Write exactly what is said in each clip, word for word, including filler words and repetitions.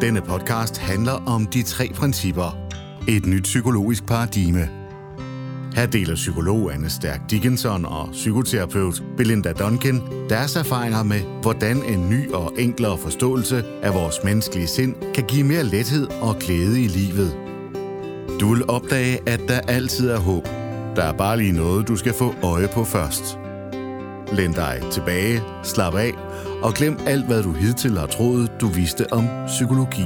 Denne podcast handler om de tre principper. Et nyt psykologisk paradigme. Her deler psykolog Anne Stærk Dickinson og psykoterapeut Belinda Duncan deres erfaringer med, hvordan en ny og enklere forståelse af vores menneskelige sind kan give mere lethed og glæde i livet. Du vil opdage, at der altid er håb. Der er bare lige noget, du skal få øje på først. Læn dig tilbage, slap af og glem alt, hvad du hidtil har troet, du vidste om psykologi.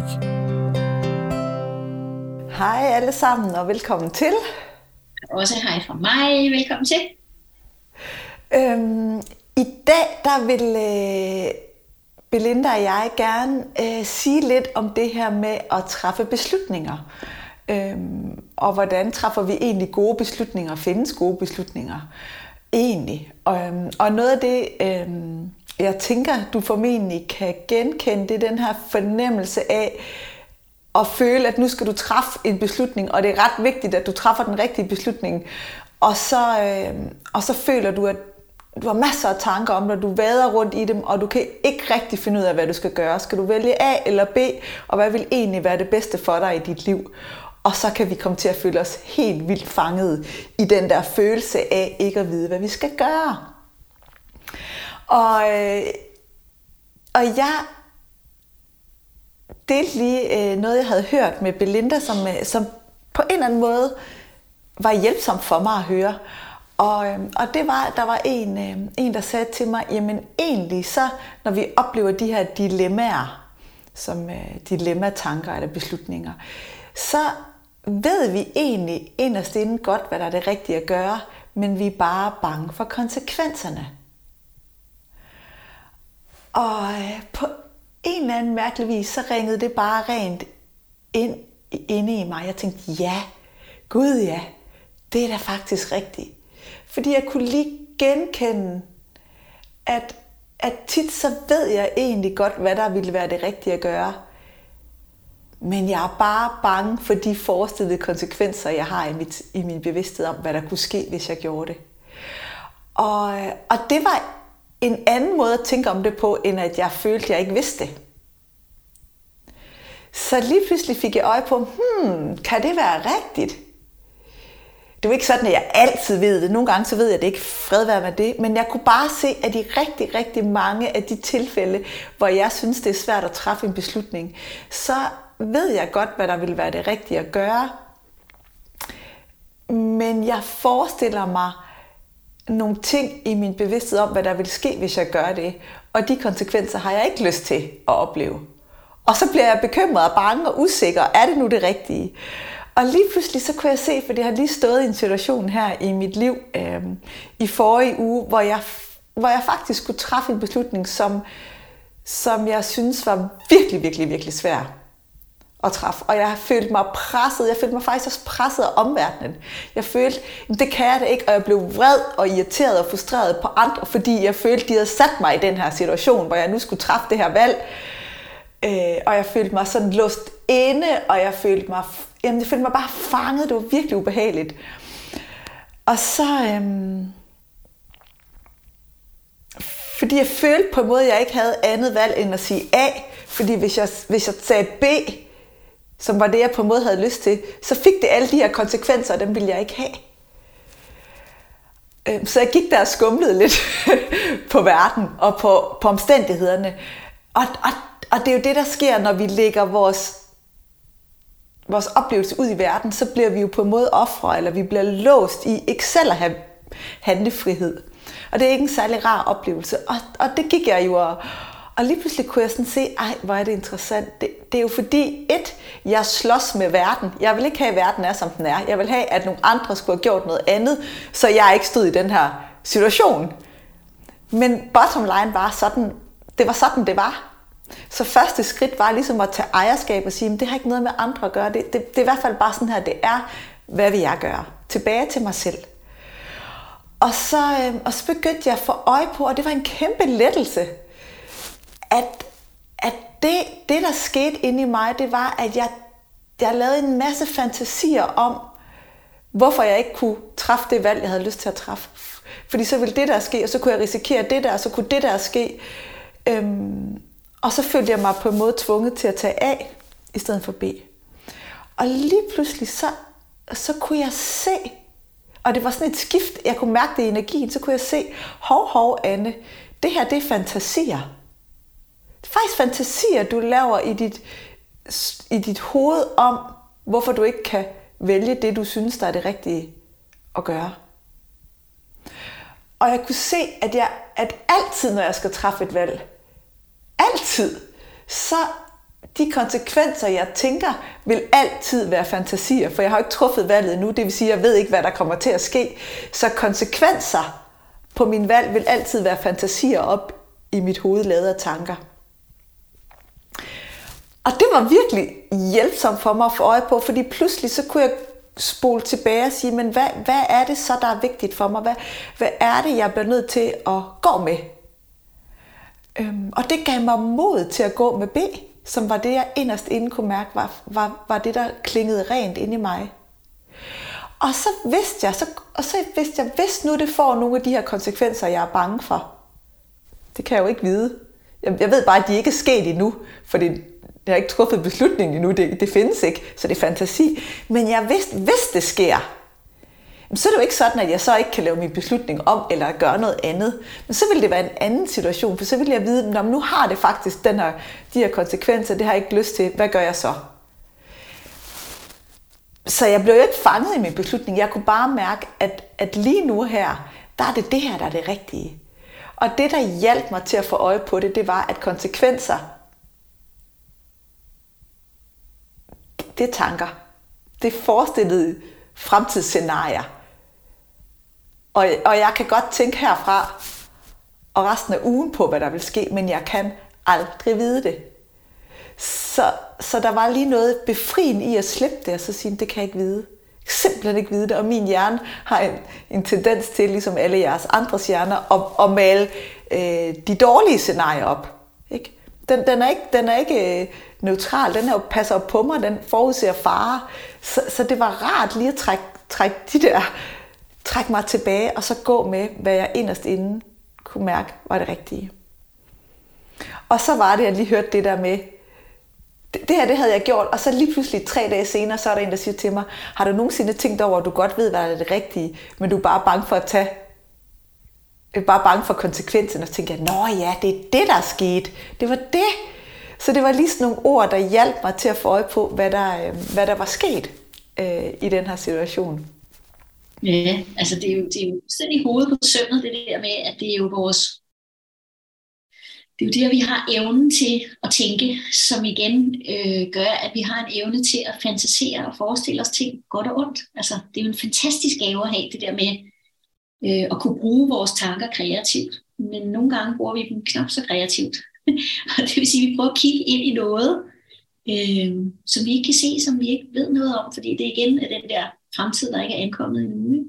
Hej alle sammen og velkommen til. Også hej fra mig. Velkommen til. Øhm, I dag der vil øh, Belinda og jeg gerne øh, sige lidt om det her med at træffe beslutninger. Øhm, og hvordan træffer vi egentlig gode beslutninger, findes gode beslutninger egentlig. Og, øhm, og noget af det, øhm, jeg tænker, du formentlig kan genkende, det er den her fornemmelse af at føle, at nu skal du træffe en beslutning, og det er ret vigtigt, at du træffer den rigtige beslutning. Og så, øh, og så føler du, at du har masser af tanker om det, du vader rundt i dem, og du kan ikke rigtig finde ud af, hvad du skal gøre. Skal du vælge A eller B, og hvad vil egentlig være det bedste for dig i dit liv? Og så kan vi komme til at føle os helt vildt fanget i den der følelse af ikke at vide, hvad vi skal gøre. Og, øh, og jeg delte lige øh, noget, jeg havde hørt med Belinda, som, øh, som på en eller anden måde var hjælpsomt for mig at høre. Og, øh, og det var, der var en, øh, en, der sagde til mig, jamen egentlig så, når vi oplever de her dilemmaer, som øh, dilemmatanker eller beslutninger, så ved vi egentlig inderst inde godt, hvad der er det rigtige at gøre, men vi er bare bange for konsekvenserne. Og øh, på en eller anden mærkelig vis, så ringede det bare rent ind inde i mig. Jeg tænkte, ja, gud ja, det er da faktisk rigtigt. Fordi jeg kunne lige genkende, at, at tit så ved jeg egentlig godt, hvad der ville være det rigtige at gøre. Men jeg er bare bange for de forestillede konsekvenser, jeg har i, mit, i min bevidsthed om, hvad der kunne ske, hvis jeg gjorde det. Og, og det var en anden måde at tænke om det på, end at jeg følte, at jeg ikke vidste det. Så lige pludselig fik jeg øje på, hmm, kan det være rigtigt? Det er jo ikke sådan, at jeg altid ved det. Nogle gange så ved jeg det ikke, fred være med det. Men jeg kunne bare se, at i rigtig, rigtig mange af de tilfælde, hvor jeg synes, det er svært at træffe en beslutning, så ved jeg godt, hvad der vil være det rigtige at gøre. Men jeg forestiller mig nogle ting i min bevidsthed om, hvad der vil ske, hvis jeg gør det. Og de konsekvenser har jeg ikke lyst til at opleve. Og så bliver jeg bekymret og bange og usikker. Er det nu det rigtige? Og lige pludselig så kunne jeg se, for jeg har lige stået i en situation her i mit liv øh, i forrige uge, hvor jeg, hvor jeg faktisk skulle træffe en beslutning, som, som jeg synes var virkelig, virkelig, virkelig svær at træffe. Og jeg følte mig presset. Jeg følte mig faktisk også presset af omverdenen. Jeg følte, det kan jeg da ikke, og jeg blev vred og irriteret og frustreret på andre, fordi jeg følte, de havde sat mig i den her situation, hvor jeg nu skulle træffe det her valg. Øh, og jeg følte mig sådan låst inde, og jeg følte mig, jamen, jeg følte mig bare fanget. Det var virkelig ubehageligt. Og så, øhm, fordi jeg følte på en måde, at jeg ikke havde andet valg end at sige A, fordi hvis jeg, hvis jeg sagde B, som var det, jeg på en måde havde lyst til, så fik det alle de her konsekvenser, og dem ville jeg ikke have. Øh, så jeg gik der og skumlede lidt på verden og på, på omstændighederne. Og, og Og det er jo det, der sker, når vi lægger vores, vores oplevelse ud i verden, så bliver vi jo på en måde ofre, eller vi bliver låst i ikke selv at have handlefrihed. Og det er ikke en særlig rar oplevelse. Og, og det gik jeg jo, og, og lige pludselig kunne jeg sådan se, ej, hvor er det interessant. Det, det er jo fordi, et, jeg slås med verden. Jeg vil ikke have, at verden er, som den er. Jeg vil have, at nogle andre skulle have gjort noget andet, så jeg ikke stod i den her situation. Men bottom line var sådan, det var sådan, det var. Så første skridt var ligesom at tage ejerskab og sige, at det har ikke noget med andre at gøre. Det, det, det er i hvert fald bare sådan her, det er, hvad vil jeg gøre? Tilbage til mig selv. Og så, øh, og så begyndte jeg at få øje på, og det var en kæmpe lettelse, at, at det, det, der skete inde i mig, det var, at jeg, jeg lavede en masse fantasier om, hvorfor jeg ikke kunne træffe det valg, jeg havde lyst til at træffe. Fordi så ville det der ske, og så kunne jeg risikere det der, og så kunne det der ske. Øhm, og så følte jeg mig på en måde tvunget til at tage af. i stedet for B. Og lige pludselig så, så kunne jeg se, og det var sådan et skift, jeg kunne mærke det i energien, så kunne jeg se, hov, hov, Anne, det her, det er fantasier. Det er faktisk fantasier, du laver i dit, i dit hoved om, hvorfor du ikke kan vælge det, du synes, der er det rigtige at gøre. Og jeg kunne se, at, jeg, at altid, når jeg skal træffe et valg, altid, så de konsekvenser, jeg tænker, vil altid være fantasier, for jeg har ikke truffet valget endnu, det vil sige, at jeg ved ikke, hvad der kommer til at ske. Så konsekvenser på min valg vil altid være fantasier op i mit hoved lavet af tanker. Og det var virkelig hjælpsomt for mig at få øje på, fordi pludselig så kunne jeg spole tilbage og sige, men hvad, hvad er det så, der er vigtigt for mig? Hvad, hvad er det, jeg bliver nødt til at gå med? Øhm, og det gav mig mod til at gå med B, som var det, jeg inderst inde kunne mærke, var, var, var det, der klingede rent inde i mig. Og så vidste jeg, så, og så vidste jeg, hvis nu det får nogle af de her konsekvenser, jeg er bange for, det kan jeg jo ikke vide. Jeg, jeg ved bare, at de ikke er sket endnu, fordi jeg har ikke truffet beslutningen endnu, det, det findes ikke, så det er fantasi. Men jeg vidste, hvis det sker, så er det jo ikke sådan, at jeg så ikke kan lave min beslutning om, eller gøre noget andet. Men så vil det være en anden situation, for så vil jeg vide, at nu har det faktisk den her, de her konsekvenser, det har jeg ikke lyst til, hvad gør jeg så? Så jeg blev jo ikke fanget i min beslutning, jeg kunne bare mærke, at, at lige nu her, der er det det her, der er det rigtige. Og det, der hjalp mig til at få øje på det, det var, at konsekvenser, det er tanker. Det er forestillede fremtidsscenarier. Og, og jeg kan godt tænke herfra og resten af ugen på, hvad der vil ske, men jeg kan aldrig vide det. Så, så der var lige noget befriende i at slippe det, og så sige, det kan jeg ikke vide. Jeg kan simpelthen ikke vide det, og min hjerne har en, en tendens til, ligesom alle jeres andres hjerner, at, at male øh, de dårlige scenarier op. Ikke? Den, den er ikke, den er ikke øh, neutral, den er jo, passer op på mig, den forudser fare. Så, så det var rart lige at trække, trække de der, trække mig tilbage, og så gå med, hvad jeg inderst inde kunne mærke var det rigtige. Og så var det, at jeg lige hørte det der med, det, det her det havde jeg gjort, og så lige pludselig tre dage senere, så er der en, der siger til mig, har du nogensinde tænkt over, at du godt ved, hvad er det rigtige, men du er bare bange for at tage, er bare bange for konsekvenserne, og så tænker jeg, nå ja, det er det, der er sket. Det var det. Så det var lige sådan nogle ord, der hjalp mig til at få øje på, hvad der, hvad der var sket øh, i den her situation. Ja, altså det er jo, det er jo sådan i hovedet på sømmet, det der med, at det er jo vores, det er jo det, at vi har evnen til at tænke, som igen øh, gør, at vi har en evne til at fantasere og forestille os ting godt og ondt. Altså det er jo en fantastisk gave at have det der med øh, at kunne bruge vores tanker kreativt, men nogle gange bruger vi dem knap så kreativt. Og det vil sige, at vi prøver at kigge ind i noget, øh, som vi ikke kan se, som vi ikke ved noget om, fordi det igen er den der fremtid, der ikke er ankommet endnu.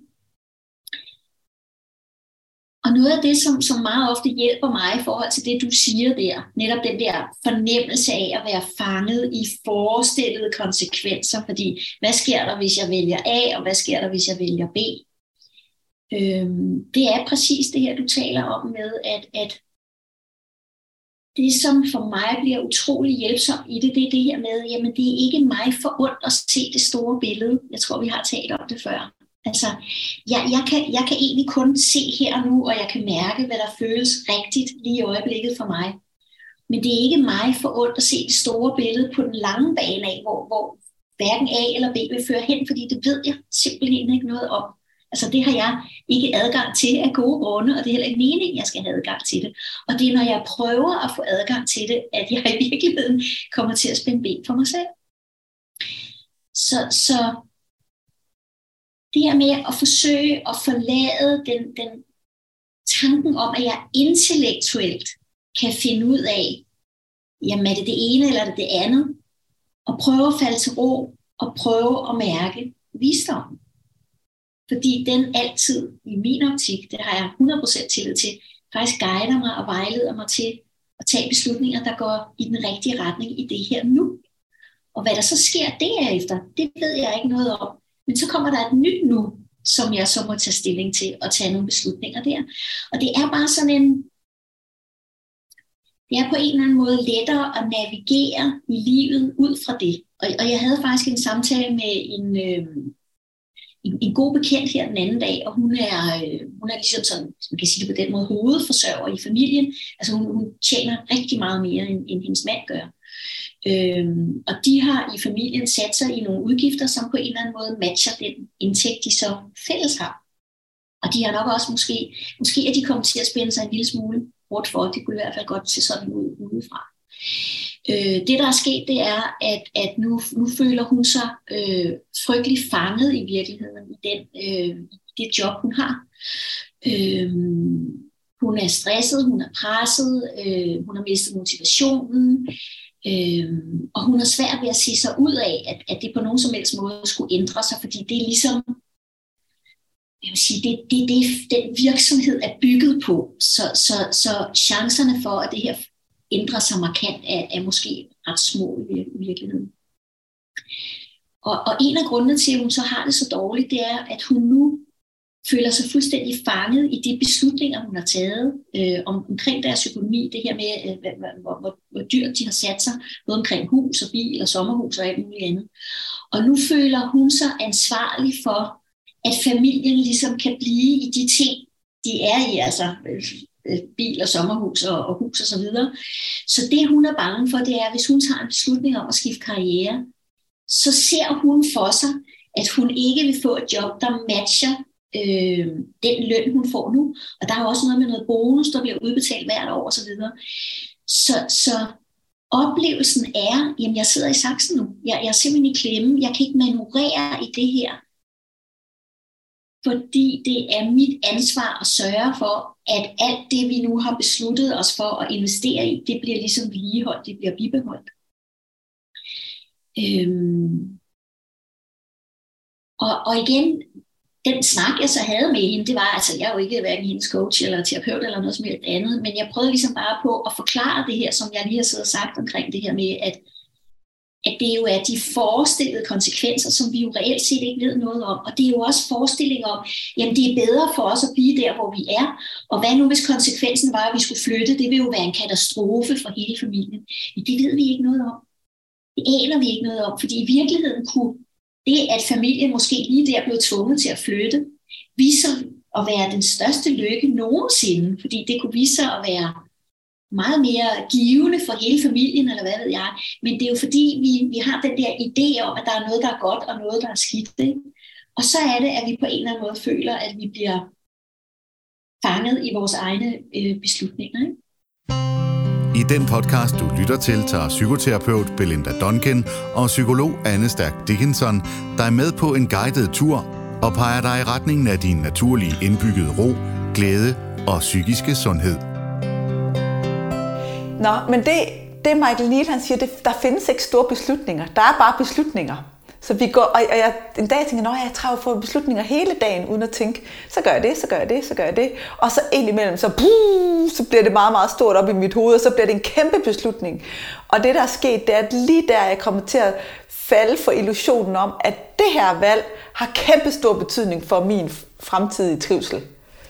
Og noget af det, som, som meget ofte hjælper mig i forhold til det, du siger der, netop den der fornemmelse af at være fanget i forestillede konsekvenser, fordi hvad sker der, hvis jeg vælger A, og hvad sker der, hvis jeg vælger B? Øhm, det er præcis det her, du taler om med, at, at det, som for mig bliver utrolig hjælpsomt i det, det er det her med, jamen det er ikke mig forundt at se det store billede. Jeg tror, vi har talt om det før. Altså, jeg, jeg, kan, jeg kan egentlig kun se her og nu, og jeg kan mærke, hvad der føles rigtigt lige i øjeblikket for mig. Men det er ikke mig forundt at se det store billede på den lange bane af, hvor, hvor hverken A eller B vil føre hen, fordi det ved jeg simpelthen ikke noget om. Altså det har jeg ikke adgang til af gode grunde, og det er heller ikke meningen, jeg skal have adgang til det. Og det er, når jeg prøver at få adgang til det, at jeg i virkeligheden kommer til at spænde ben for mig selv. Så, så det her med at forsøge at forlade den, den tanken om, at jeg intellektuelt kan finde ud af, jamen er det det ene eller er det det andet, og prøve at falde til ro, og prøve at mærke visdommen. Fordi den altid, i min optik, det har jeg hundrede procent tillid til, faktisk guider mig og vejleder mig til at tage beslutninger, der går i den rigtige retning i det her nu. Og hvad der så sker derefter, det ved jeg ikke noget om. Men så kommer der et nyt nu, som jeg så må tage stilling til og tage nogle beslutninger der. Og det er bare sådan en, det er på en eller anden måde lettere at navigere i livet ud fra det. Og, og jeg havde faktisk en samtale med en, øh, en, en god bekendt her den anden dag, og hun er, øh, hun er ligesom sådan, man kan sige det på den måde, hovedforsørger i familien. Altså hun, hun tjener rigtig meget mere, end, end hendes mand gør. Øhm, og de har i familien sat sig i nogle udgifter, som på en eller anden måde matcher den indtægt, de så fælles har. Og de har nok også måske, måske er de kommet til at spænde sig en lille smule hårdt for, det kunne i hvert fald godt se sådan ud udefra. Øh, det der er sket, det er, at, at nu, nu føler hun sig øh, frygtelig fanget i virkeligheden i den, øh, det job, hun har. Øh, hun er stresset, hun er presset, øh, hun har mistet motivationen, øh, og hun har svært ved at se sig ud af, at, at det på nogen som helst måde skulle ændre sig, fordi det er ligesom, jeg vil sige, det, det, det den virksomhed er bygget på, så, så, så chancerne for, at det her ændrer sig markant, er, er måske ret små i virkeligheden. Og, og en af grundene til, at hun så har det så dårligt, det er, at hun nu føler sig fuldstændig fanget i de beslutninger, hun har taget øh, om, omkring deres økonomi, det her med, øh, hvor, hvor, hvor dyrt de har sat sig, både omkring hus og bil og sommerhus og alt muligt andet. Og nu føler hun sig ansvarlig for, at familien ligesom kan blive i de ting, de er i, altså bil og sommerhus og, og hus og så videre. Så det hun er bange for, det er, at hvis hun tager en beslutning om at skifte karriere, så ser hun for sig, at hun ikke vil få et job, der matcher øh, den løn, hun får nu. Og der er også noget med noget bonus, der bliver udbetalt hvert år og så videre. Så, så oplevelsen er, jamen jeg sidder i saksen nu. Jeg, jeg er simpelthen i klemme. Jeg kan ikke manøvrere i det her. Fordi det er mit ansvar at sørge for, at alt det, vi nu har besluttet os for at investere i, det bliver ligesom vedligeholdt, det bliver bibeholdt. Øhm. Og, og igen, den snak, jeg så havde med hende, det var, altså jeg er jo ikke hverken hendes coach eller terapeut eller noget som helst andet, men jeg prøvede ligesom bare på at forklare det her, som jeg lige har siddet og sagt omkring det her med, at at det jo er de forestillede konsekvenser, som vi jo reelt set ikke ved noget om. Og det er jo også forestilling om, jamen det er bedre for os at blive der, hvor vi er. Og hvad nu, hvis konsekvensen var, at vi skulle flytte? Det vil jo være en katastrofe for hele familien. Men det ved vi ikke noget om. Det aner vi ikke noget om, fordi i virkeligheden kunne det, at familien måske lige der blev tvunget til at flytte, vise sig at være den største lykke nogensinde, fordi det kunne vise sig at være meget mere givende for hele familien, eller hvad ved jeg. Men det er jo fordi, vi, vi har den der idé om, at der er noget, der er godt, og noget, der er skidt. Ikke? Og så er det, at vi på en eller anden måde føler, at vi bliver fanget i vores egne øh, beslutninger. Ikke? I den podcast, du lytter til, tager psykoterapeut Belinda Duncan og psykolog Anne Stærk Dickinson dig med på en guided tur og peger dig i retningen af din naturlige indbyggede ro, glæde og psykiske sundhed. Nå, men det, det Michael Neal han siger, det, der findes ikke store beslutninger. Der er bare beslutninger. Så vi går, og jeg en dag tænker, at jeg træver for beslutninger hele dagen, uden at tænke, så gør jeg det, så gør jeg det, så gør jeg det. Og så indimellem, så, buh, så bliver det meget, meget stort op i mit hoved, og så bliver det en kæmpe beslutning. Og det, der er sket, det er, at lige der jeg kommer til at falde for illusionen om, at det her valg har kæmpe stor betydning for min fremtidige trivsel.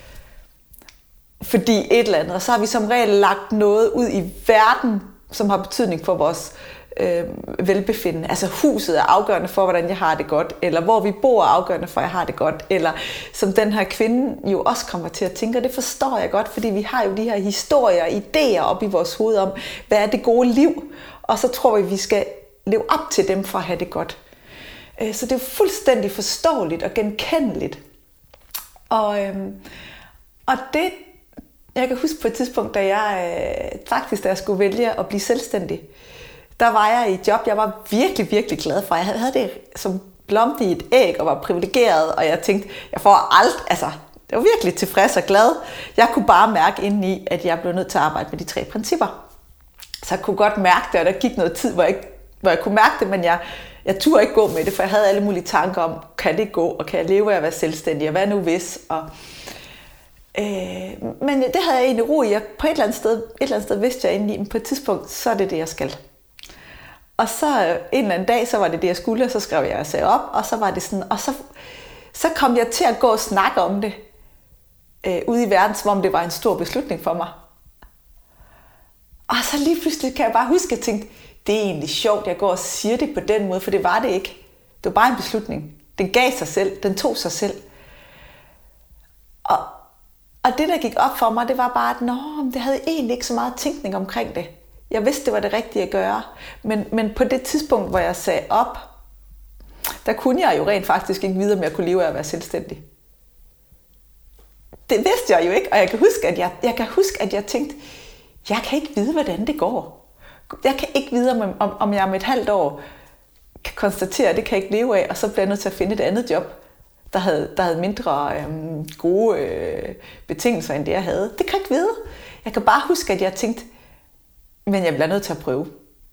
Fordi et eller andet, og så har vi som regel lagt noget ud i verden, som har betydning for vores øh, velbefindende. Altså huset er afgørende for, hvordan jeg har det godt, eller hvor vi bor er afgørende for, at jeg har det godt, eller som den her kvinde jo også kommer til at tænke, og det forstår jeg godt, fordi vi har jo de her historier og idéer op i vores hoved om, hvad er det gode liv, og så tror vi, at vi skal leve op til dem for at have det godt. Øh, så det er jo fuldstændig forståeligt og genkendeligt. Og, øh, og det Jeg kan huske på et tidspunkt, da jeg øh, faktisk da jeg skulle vælge at blive selvstændig, der var jeg i et job, jeg var virkelig, virkelig glad for. Jeg havde det som blomte i et æg og var privilegeret, og jeg tænkte, jeg får alt, altså, jeg var virkelig tilfreds og glad. Jeg kunne bare mærke indeni, at jeg blev nødt til at arbejde med de tre principper. Så jeg kunne godt mærke det, og der gik noget tid, hvor jeg, hvor jeg kunne mærke det, men jeg, jeg turde ikke gå med det, for jeg havde alle mulige tanker om, kan det gå, og kan jeg leve af at være selvstændig, og hvad nu hvis, og Øh, men det havde jeg egentlig ro i. På et eller andet sted, et eller andet sted vidste jeg egentlig, på et tidspunkt, så er det det, jeg skal. Og så en eller anden dag, så var det det, jeg skulle, og så skrev jeg sig op, og så var det sådan, og så, så kom jeg til at gå og snakke om det øh, ude i verden, som om det var en stor beslutning for mig. Og så lige pludselig kan jeg bare huske, at jeg tænkte, det er egentlig sjovt, jeg går og siger det på den måde, for det var det ikke. Det var bare en beslutning. Den gav sig selv, den tog sig selv. Og, og det, der gik op for mig, det var bare, at nå, det havde egentlig ikke så meget tænkning omkring det. Jeg vidste, det var det rigtige at gøre. Men, men på det tidspunkt, hvor jeg sagde op, der kunne jeg jo rent faktisk ikke vide, om jeg kunne leve af at være selvstændig. Det vidste jeg jo ikke, og jeg kan huske, at jeg, jeg, kan huske, at jeg tænkte, jeg kan ikke vide, hvordan det går. Jeg kan ikke vide, om, om, om jeg om et halvt år kan konstatere, at det kan jeg ikke leve af, og så bliver jeg nødt til at finde et andet job, der havde, der havde mindre øhm, gode øh, betingelser, end det jeg havde. Det kan jeg ikke vide. Jeg kan bare huske, at jeg tænkte, men jeg bliver nødt til at prøve.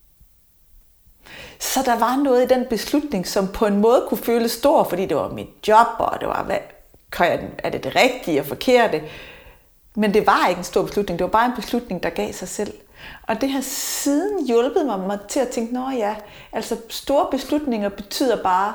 Så der var noget i den beslutning, som på en måde kunne føles stor, fordi det var mit job, og det var, hvad, er det det rigtige og forkerte? Men det var ikke en stor beslutning, det var bare en beslutning, der gav sig selv. Og det har siden hjulpet mig til at tænke, nå ja, altså store beslutninger betyder bare,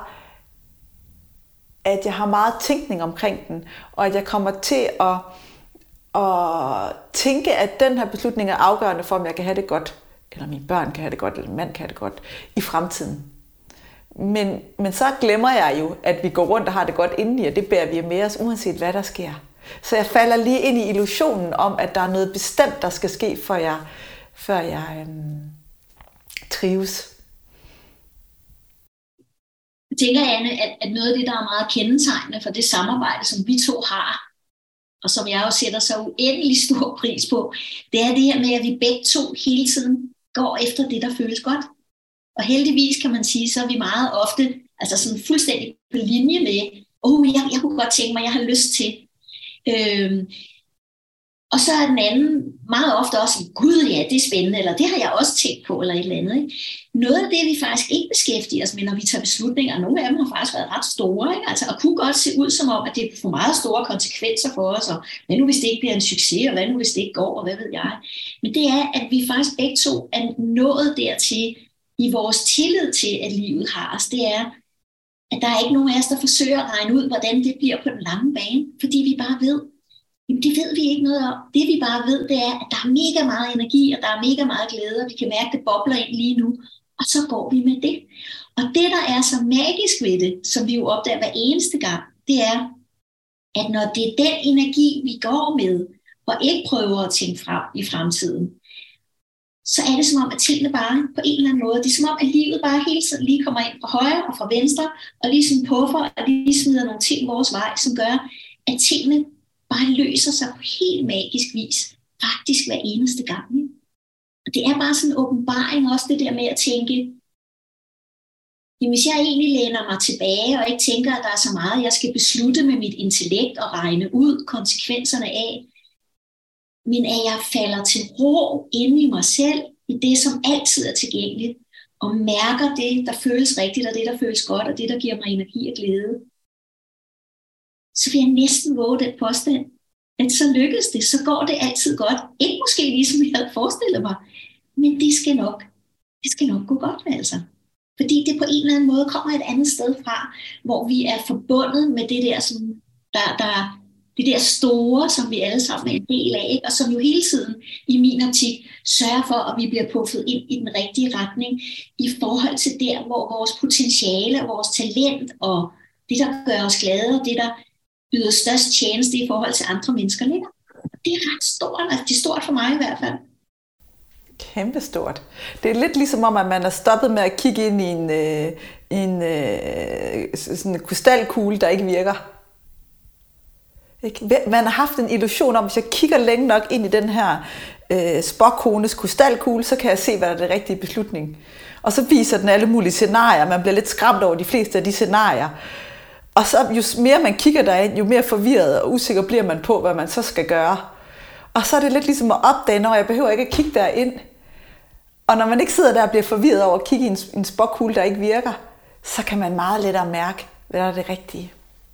at jeg har meget tænkning omkring den, og at jeg kommer til at, at tænke, at den her beslutning er afgørende for, om jeg kan have det godt, eller mine børn kan have det godt, eller min mand kan have det godt i fremtiden. Men, men så glemmer jeg jo, at vi går rundt og har det godt indeni, og det bærer vi med os, uanset hvad der sker. Så jeg falder lige ind i illusionen om, at der er noget bestemt, der skal ske, før jeg, før jeg øhm, trives. Jeg tænker, Anne, at, at noget af det, der er meget kendetegnende for det samarbejde, som vi to har, og som jeg jo sætter så uendelig stor pris på, det er det her med, at vi begge to hele tiden går efter det, der føles godt. Og heldigvis kan man sige, så er vi meget ofte altså sådan fuldstændig på linje med, åh, oh, jeg, jeg kunne godt tænke mig, jeg har lyst til. Øhm, og så er den anden meget ofte også, gud ja, det er spændende, eller det har jeg også tænkt på, eller et eller andet. Ikke? Noget af det, vi faktisk ikke beskæftiger os med, når vi tager beslutninger, nogle af dem har faktisk været ret store, ikke? Altså, og kunne godt se ud som om, at det får meget store konsekvenser for os, og hvad nu hvis det ikke bliver en succes, og hvad nu hvis det ikke går, og hvad ved jeg. Men det er, at vi faktisk begge to er nået dertil, i vores tillid til, at livet har os, det er, at der er ikke nogen af os, der forsøger at regne ud, hvordan det bliver på den lange bane, fordi vi bare ved, jamen det ved vi ikke noget om. Det vi bare ved, det er, at der er mega meget energi, og der er mega meget glæde, og vi kan mærke, at det bobler ind lige nu, og så går vi med det. Og det, der er så magisk ved det, som vi jo opdager hver eneste gang, det er, at når det er den energi, vi går med, og ikke prøver at tænke frem i fremtiden, så er det som om, at tingene bare på en eller anden måde, det er som om, at livet bare hele tiden lige kommer ind fra højre og fra venstre, og lige sådan puffer, og lige smider nogle ting vores vej, som gør, at tingene bare løser sig på helt magisk vis, faktisk hver eneste gang. Og det er bare sådan en åbenbaring også, det der med at tænke, jamen hvis jeg egentlig læner mig tilbage, og ikke tænker, at der er så meget, jeg skal beslutte med mit intellekt og regne ud konsekvenserne af, men at jeg falder til ro inde i mig selv, i det, som altid er tilgængeligt, og mærker det, der føles rigtigt, og det, der føles godt, og det, der giver mig energi og glæde, så vil jeg næsten våge den påstand, at så lykkes det, så går det altid godt. Ikke måske ligesom jeg havde forestillet mig, men det skal nok, det skal nok gå godt med altså. Fordi det på en eller anden måde kommer et andet sted fra, hvor vi er forbundet med det der, som der, der det der store, som vi alle sammen er en del af, ikke? Og som jo hele tiden i min optik sørger for, at vi bliver puffet ind i den rigtige retning i forhold til der, hvor vores potentiale og vores talent og det, der gør os glade, og det, der yder størst tjeneste i forhold til andre mennesker ligger. Det er ret stort, altså det er stort for mig i hvert fald. Kæmpestort. Det er lidt ligesom om, at man er stoppet med at kigge ind i en, øh, en øh, sådan en krystalkugle, der ikke virker. Man har haft en illusion om, at hvis jeg kigger længe nok ind i den her øh, spåkones krystalkugle, så kan jeg se, hvad der er det rigtige beslutning. Og så viser den alle mulige scenarier. Man bliver lidt skræmt over de fleste af de scenarier. Og så jo mere man kigger derind, jo mere forvirret og usikker bliver man på, hvad man så skal gøre. Og så er det lidt ligesom at opdage, når jeg behøver ikke at kigge derind. Og når man ikke sidder der og bliver forvirret over at kigge i en, en spåkugle, der ikke virker, så kan man meget lettere mærke, hvad der er det rigtige.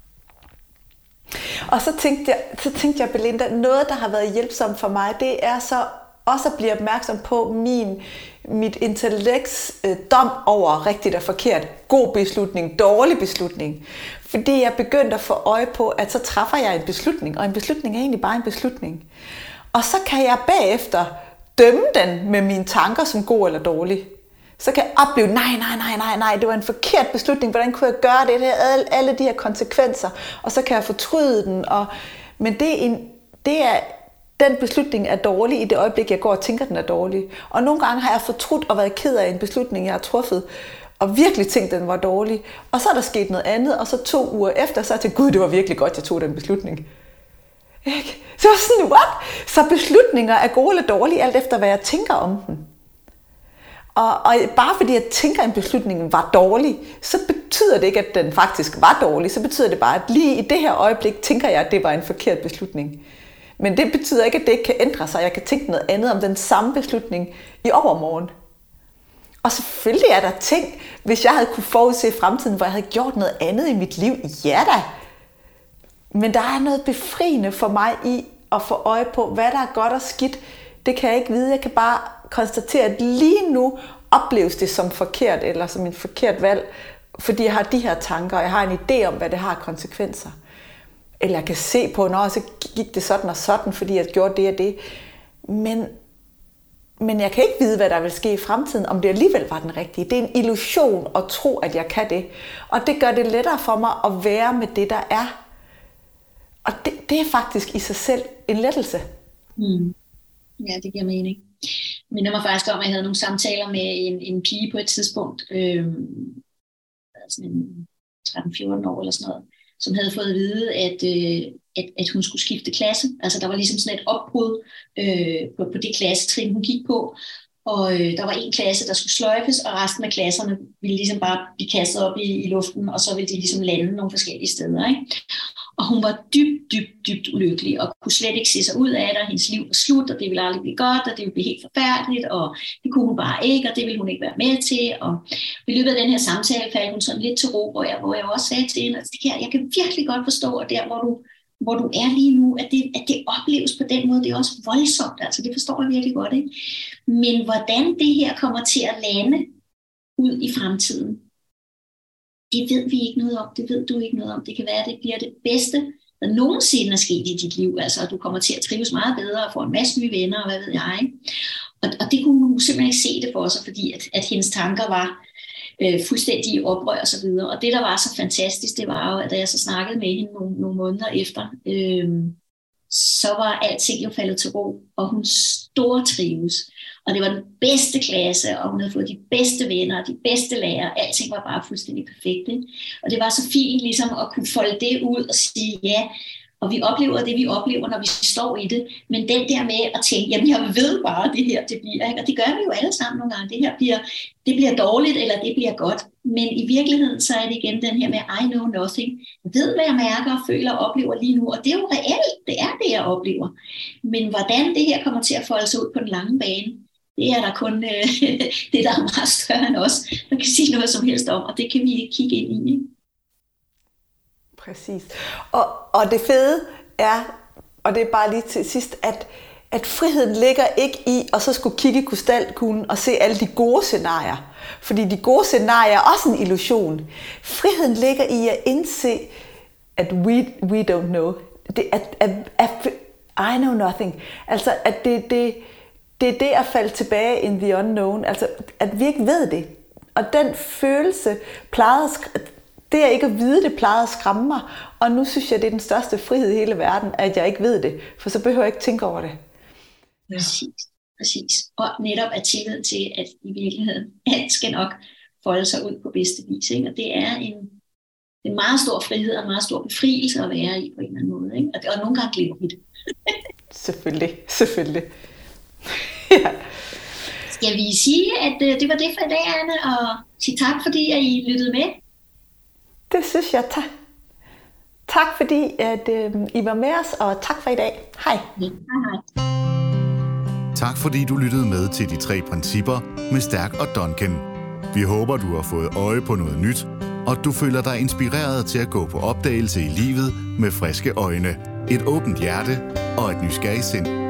Og så tænkte jeg, så tænkte jeg, Belinda, noget, der har været hjælpsomt for mig, det er så også at blive opmærksom på min, mit intellekts øh, dom over rigtigt og forkert. God beslutning, dårlig beslutning. Fordi jeg begyndte at få øje på, at så træffer jeg en beslutning, og en beslutning er egentlig bare en beslutning. Og så kan jeg bagefter dømme den med mine tanker som god eller dårlig. Så kan jeg opleve, nej, nej, nej, nej, nej, det var en forkert beslutning, hvordan kunne jeg gøre det, det alle, alle de her konsekvenser, og så kan jeg fortryde den. Og, men det er, en, det er, den beslutning er dårlig i det øjeblik, jeg går og tænker, den er dårlig. Og nogle gange har jeg fortrudt og været ked af en beslutning, jeg har truffet, og virkelig tænkt, den var dårlig. Og så er der sket noget andet, og så to uger efter, så er jeg til, gud, det var virkelig godt, jeg tog den beslutning. Ikke? Så sådan, what? Så beslutninger er gode eller dårlige, alt efter hvad jeg tænker om dem. Og, og bare fordi jeg tænker, at en beslutning var dårlig, så betyder det ikke, at den faktisk var dårlig. Så betyder det bare, at lige i det her øjeblik tænker jeg, at det var en forkert beslutning. Men det betyder ikke, at det ikke kan ændre sig. Jeg kan tænke noget andet om den samme beslutning i overmorgen. Og selvfølgelig er der ting, hvis jeg havde kunne forudse fremtiden, hvor jeg havde gjort noget andet i mit liv. Ja da! Men der er noget befriende for mig i at få øje på, hvad der er godt og skidt. Det kan jeg ikke vide. Jeg kan bare konstatere, at lige nu opleves det som forkert, eller som en forkert valg, fordi jeg har de her tanker, og jeg har en idé om, hvad det har konsekvenser. Eller jeg kan se på, når så gik det sådan og sådan, fordi jeg gjorde det og det. Men, men jeg kan ikke vide, hvad der vil ske i fremtiden, om det alligevel var den rigtige. Det er en illusion at tro, at jeg kan det. Og det gør det lettere for mig at være med det, der er. Og det, det er faktisk i sig selv en lettelse. Mm. Ja, det giver mening. Jeg minder mig faktisk om, at jeg havde nogle samtaler med en, en pige på et tidspunkt, øh, sådan en tretten fjorten år eller sådan noget, som havde fået at vide, at, øh, at, at hun skulle skifte klasse. Altså der var ligesom sådan et opbrud øh, på, på det klassetrin, hun gik på. Og øh, der var en klasse, der skulle sløjfes, og resten af klasserne ville ligesom bare blive kastet op i, i luften, og så ville de ligesom lande nogle forskellige steder, ikke? Og hun var dybt, dybt, dybt ulykkelig, og kunne slet ikke se sig ud af det, og hendes liv var slut, og det ville aldrig blive godt, og det ville blive helt forfærdeligt, og det kunne hun bare ikke, og det ville hun ikke være med til. Og i løbet af den her samtale faldt hun sådan lidt til ro, hvor jeg, hvor jeg også sagde til hende, at det kan, jeg kan virkelig godt forstå, at der, hvor du, hvor du er lige nu, at det, at det opleves på den måde, det er også voldsomt, altså det forstår jeg virkelig godt, ikke? Men hvordan det her kommer til at lande ud i fremtiden, det ved vi ikke noget om, det ved du ikke noget om. Det kan være, at det bliver det bedste, der nogensinde er sket i dit liv. Altså, at du kommer til at trives meget bedre og få en masse nye venner, og hvad ved jeg. Og, og det kunne hun simpelthen ikke se det for sig, fordi at, at hendes tanker var øh, fuldstændig i oprør og så videre. Og det, der var så fantastisk, det var jo, at da jeg så snakkede med hende nogle, nogle måneder efter, øh, så var alting jo faldet til ro, og hun stortrives. Og det var den bedste klasse, og hun havde fået de bedste venner, de bedste lærere. Alting var bare fuldstændig perfekt. Ikke? Og det var så fint ligesom at kunne folde det ud og sige ja. Og vi oplever det, vi oplever, når vi står i det. Men den der med at tænke, jamen jeg ved bare, det her det bliver. Ikke? Og det gør vi jo alle sammen nogle gange. Det her bliver, det bliver dårligt, eller det bliver godt. Men i virkeligheden, så er det igen den her med, I know nothing. Jeg ved, hvad jeg mærker, føler og oplever lige nu. Og det er jo reelt. Det er det, jeg oplever. Men hvordan det her kommer til at folde sig ud på den lange bane, det er der kun øh, det, der er meget større end os, der kan sige noget som helst om, og det kan vi kigge ind i. Ikke? Præcis. Og, og det fede er, og det er bare lige til sidst, at, at friheden ligger ikke i at så skulle kigge i krystalkuglen og se alle de gode scenarier. Fordi de gode scenarier er også en illusion. Friheden ligger i at indse, at we, we don't know. Det, at, at, at, I know nothing. Altså, at det det Det er det at falde tilbage in the unknown, altså at vi ikke ved det. Og den følelse plejede, det er ikke at vide det, plejede at skræmme mig. Og nu synes jeg, det er den største frihed i hele verden, at jeg ikke ved det. For så behøver jeg ikke tænke over det. Ja. Præcis, præcis. Og netop at tillid til, at i virkeligheden alt skal nok folde sig ud på bedste vis. Ikke? Og det er en, en meget stor frihed og en meget stor befrielse at være i på en eller anden måde. Ikke? Og, og nogle gange glemmer vi det. Selvfølgelig, selvfølgelig. Ja. Skal vi sige, at øh, det var det for i dag, Anne, og sige tak, fordi at I lyttede med? Det synes jeg. Tak, tak fordi at, øh, I var med os, og tak for i dag. Hej. Ja, hej, hej. Tak fordi du lyttede med til de tre principper med Stærk og Duncan. Vi håber, du har fået øje på noget nyt, og du føler dig inspireret til at gå på opdagelse i livet med friske øjne, et åbent hjerte og et nysgerrigt sind.